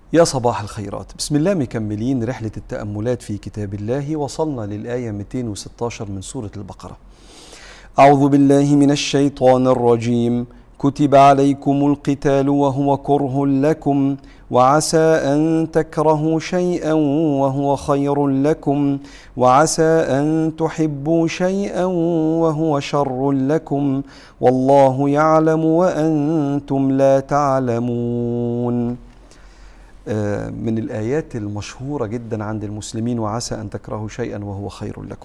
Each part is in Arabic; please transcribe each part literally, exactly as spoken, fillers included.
يا صباح الخيرات. بسم الله، مكملين رحلة التأملات في كتاب الله. وصلنا للآية مئتين وستة عشر من سورة البقرة. أعوذ بالله من الشيطان الرجيم. كتب عليكم القتال وهو كره لكم وعسى أن تكرهوا شيئا وهو خير لكم وعسى أن تحبوا شيئا وهو شر لكم والله يعلم وأنتم لا تعلمون. من الآيات المشهورة جدا عند المسلمين، وعسى أن تكرهوا شيئا وهو خير لكم.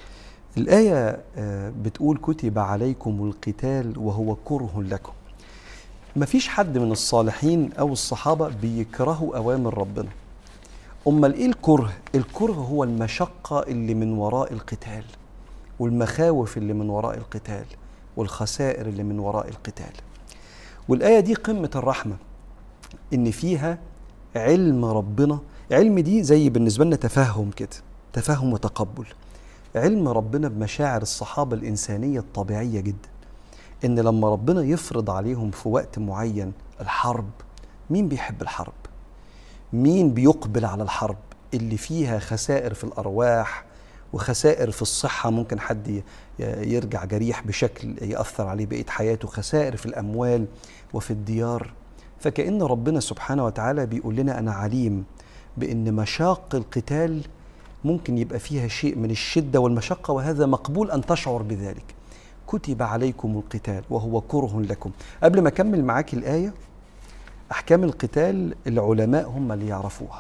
الآية بتقول كتب عليكم القتال وهو كره لكم. مفيش حد من الصالحين أو الصحابة بيكرهوا أوامر ربنا. أمال إيه الكره؟ الكره هو المشقة اللي من وراء القتال، والمخاوف اللي من وراء القتال، والخسائر اللي من وراء القتال. والآية دي قمة الرحمة، إن فيها علم ربنا. علم دي زي بالنسبة لنا تفهم كده، تفهم وتقبل. علم ربنا بمشاعر الصحابة الإنسانية الطبيعية جدا، إن لما ربنا يفرض عليهم في وقت معين الحرب، مين بيحب الحرب؟ مين بيقبل على الحرب اللي فيها خسائر في الأرواح وخسائر في الصحة؟ ممكن حد يرجع جريح بشكل يأثر عليه بقية حياته، خسائر في الأموال وفي الديار. فكأن ربنا سبحانه وتعالى بيقول لنا أنا عليم بأن مشاق القتال ممكن يبقى فيها شيء من الشدة والمشقة، وهذا مقبول أن تشعر بذلك. كتب عليكم القتال وهو كره لكم. قبل ما أكمل معاك الآية، أحكام القتال العلماء هم اللي يعرفوها،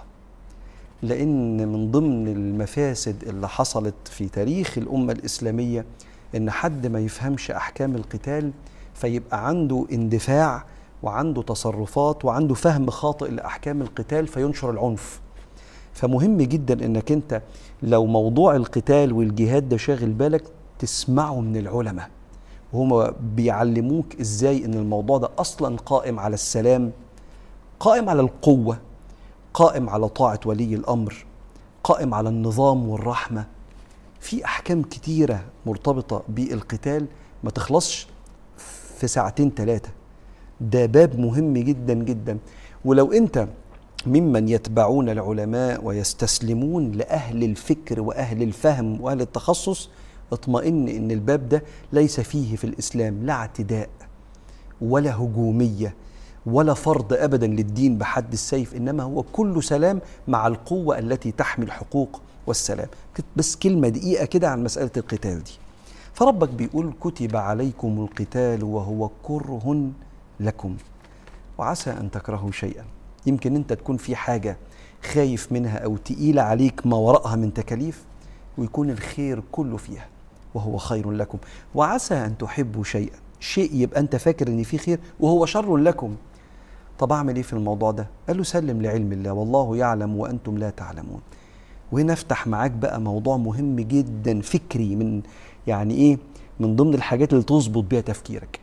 لأن من ضمن المفاسد اللي حصلت في تاريخ الأمة الإسلامية إن حد ما يفهمش أحكام القتال فيبقى عنده اندفاع وعنده تصرفات وعنده فهم خاطئ لأحكام القتال فينشر العنف. فمهم جدا انك انت لو موضوع القتال والجهاد ده شاغل بالك تسمعه من العلماء، وهم بيعلموك ازاي ان الموضوع ده اصلا قائم على السلام، قائم على القوة، قائم على طاعة ولي الامر، قائم على النظام والرحمة. في احكام كتيرة مرتبطة بالقتال ما تخلصش في ساعتين ثلاثة. ده باب مهم جدا جدا. ولو انت ممن يتبعون العلماء ويستسلمون لأهل الفكر وأهل الفهم وأهل التخصص، اطمئن إن الباب ده ليس فيه في الإسلام لا اعتداء ولا هجومية ولا فرض أبدا للدين بحد السيف، إنما هو كله سلام مع القوة التي تحمي الحقوق والسلام. بس كلمة دقيقة كده عن مسألة القتال دي. فربك بيقول كتب عليكم القتال وهو كره لكم وعسى أن تكرهوا شيئا. يمكن انت تكون في حاجة خايف منها او تقيلة عليك ما وراءها من تكاليف، ويكون الخير كله فيها وهو خير لكم. وعسى ان تحبوا شيئا، شيء يبقى انت فاكر ان فيه خير وهو شر لكم. طب اعمل ايه في الموضوع ده؟ قال له سلم لعلم الله والله يعلم وانتم لا تعلمون. وهنا افتح معاك بقى موضوع مهم جدا فكري، من يعني ايه، من ضمن الحاجات اللي تظبط بيها تفكيرك.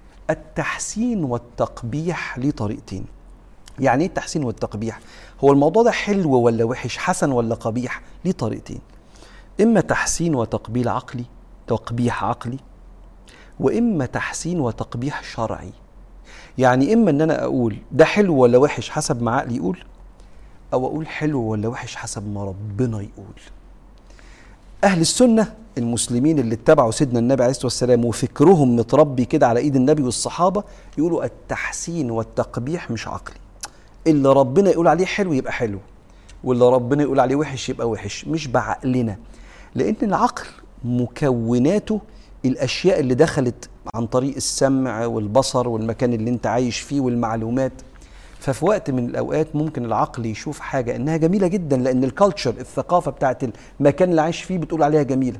التحسين والتقبيح ليه طريقتين. يعني ايه التحسين والتقبيح؟ هو الموضوع ده حلو ولا وحش، حسن ولا قبيح؟ ليه طريقتين. اما تحسين وتقبيل عقلي، تقبيح عقلي، واما تحسين وتقبيح شرعي. يعني اما ان انا اقول ده حلو ولا وحش حسب ما عقلي يقول، او اقول حلو ولا وحش حسب ما ربنا يقول. اهل السنة المسلمين اللي اتبعوا سيدنا النبي عليه الصلاة والسلام وفكرهم متربي كده على ايد النبي والصحابة يقولوا التحسين والتقبيح مش عقلي. اللي ربنا يقول عليه حلو يبقى حلو، واللي ربنا يقول عليه وحش يبقى وحش، مش بعقلنا. لأن العقل مكوناته الأشياء اللي دخلت عن طريق السمع والبصر والمكان اللي انت عايش فيه والمعلومات. ففي وقت من الأوقات ممكن العقل يشوف حاجة إنها جميلة جدا، لأن الكالتشر، الثقافة بتاعت المكان اللي عايش فيه بتقول عليها جميلة،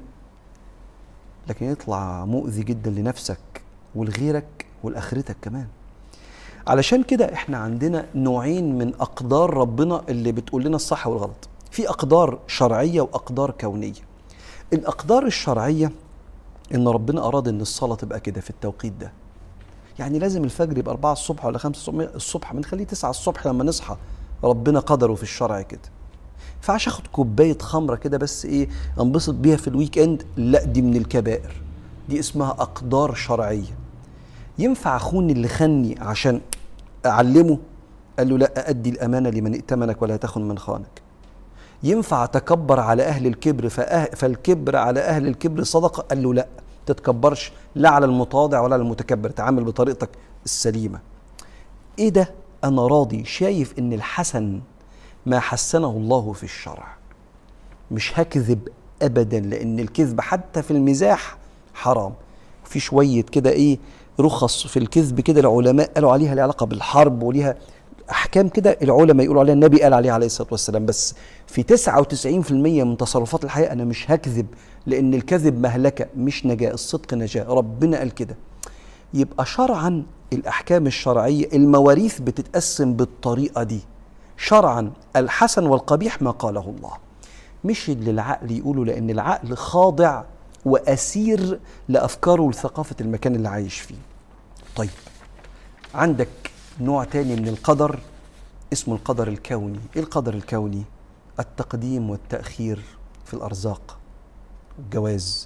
لكن يطلع مؤذي جدا لنفسك ولغيرك ولآخرتك كمان. علشان كده احنا عندنا نوعين من أقدار ربنا اللي بتقول لنا الصح والغلط. في أقدار شرعية وأقدار كونية. الأقدار الشرعية إن ربنا أراد إن الصلاة تبقى كده في التوقيت ده. يعني لازم الفجر يبقى أربعة الصبح ولا خمسة الصبح، بنخليه تسعة الصبح لما نصحى، ربنا قدره في الشرع كده. فعش اخد كوباية خمرة كده بس ايه انبسط بيها في الويك اند، لا دي من الكبائر، دي اسمها أقدار شرعية. ينفع أخوني اللي خني عشان أعلمه؟ قال له لا، أدي الأمانة لمن ائتمنك ولا تخن من خانك. ينفع تكبر على أهل الكبر فأه فالكبر على أهل الكبر صدقة؟ قال له لا، تتكبرش لا على المتواضع ولا على المتكبر، تعامل بطريقتك السليمة. إيه ده؟ أنا راضي، شايف إن الحسن ما حسنه الله في الشرع، مش هكذب أبدا، لأن الكذب حتى في المزاح حرام. في شوية كده إيه رخص في الكذب كده العلماء قالوا عليها لها علاقة بالحرب وليها أحكام كده، العلماء يقولوا عليها، النبي قال عليها عليه الصلاة والسلام. بس في تسعة وتسعين في المية من تصرفات الحياة أنا مش هكذب، لأن الكذب مهلكة مش نجاة، الصدق نجاة، ربنا قال كده. يبقى شرعا الأحكام الشرعية المواريث بتتقسم بالطريقة دي شرعا، الحسن والقبيح ما قاله الله، مش اللي العقل يقوله، لأن العقل خاضع وأسير لأفكاره ولثقافة المكان اللي عايش فيه. طيب، عندك نوع تاني من القدر اسمه القدر الكوني. إيه القدر الكوني؟ التقديم والتأخير في الأرزاق والجواز.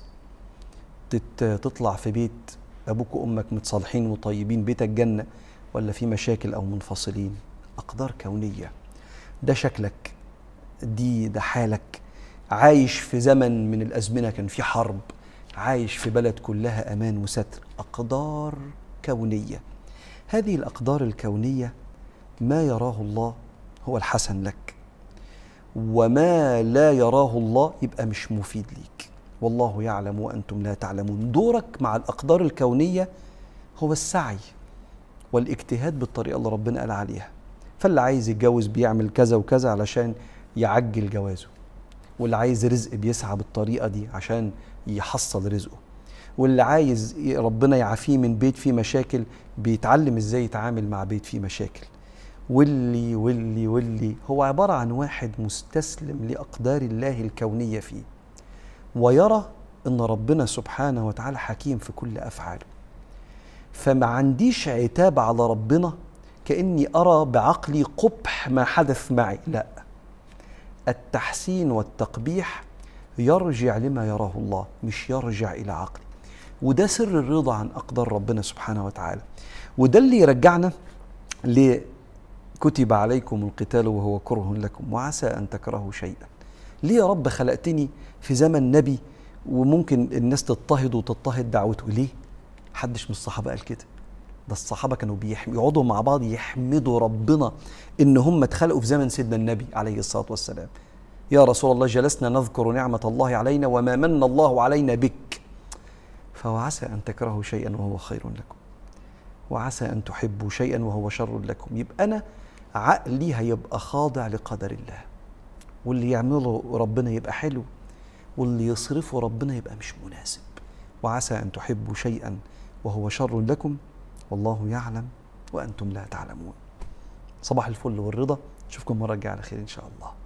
تطلع في بيت أبوك وأمك متصالحين وطيبين، بيتك جنة، ولا في مشاكل أو منفصلين. أقدار كونية. ده شكلك، دي ده حالك، عايش في زمن من الأزمنة كان في حرب، عايش في بلد كلها أمان وستر. أقدار كونية. هذه الأقدار الكونية ما يراه الله هو الحسن لك، وما لا يراه الله يبقى مش مفيد ليك. والله يعلم وأنتم لا تعلمون. دورك مع الأقدار الكونية هو السعي والاجتهاد بالطريقة اللي ربنا قال عليها. فاللي عايز يتجوز بيعمل كذا وكذا علشان يعجل جوازه، واللي عايز رزق بيسعى بالطريقة دي عشان يحصل رزقه، واللي عايز ربنا يعافيه من بيت فيه مشاكل بيتعلم ازاي يتعامل مع بيت فيه مشاكل. واللي واللي واللي هو عبارة عن واحد مستسلم لأقدار الله الكونية فيه، ويرى ان ربنا سبحانه وتعالى حكيم في كل أفعاله. فما عنديش عتاب على ربنا كأني أرى بعقلي قبح ما حدث معي، لا، التحسين والتقبيح يرجع لما يراه الله، مش يرجع إلى عقلي. وده سر الرضا عن أقدار ربنا سبحانه وتعالى. وده اللي يرجعنا لكتب عليكم القتال وهو كره لكم وعسى أن تكرهوا شيئا. ليه يا رب خلقتني في زمن نبي وممكن الناس تضطهد وتضطهد دعوته؟ ليه؟ حدش من الصحابة قال كده. ده الصحابة كانوا بيقعدوا مع بعض يحمدوا ربنا إن هم اتخلقوا في زمن سيدنا النبي عليه الصلاة والسلام. يا رسول الله جلسنا نذكر نعمة الله علينا وما من الله علينا بك، فوعسى أن تكرهوا شيئا وهو خير لكم، وعسى أن تحبوا شيئا وهو شر لكم. يبقى أنا عقلي هيبقى خاضع لقدر الله، واللي يعمله ربنا يبقى حلو، واللي يصرفه ربنا يبقى مش مناسب. وعسى أن تحبوا شيئا وهو شر لكم والله يعلم وأنتم لا تعلمون. صباح الفل والرضا، نشوفكم مرة الجاية على خير إن شاء الله.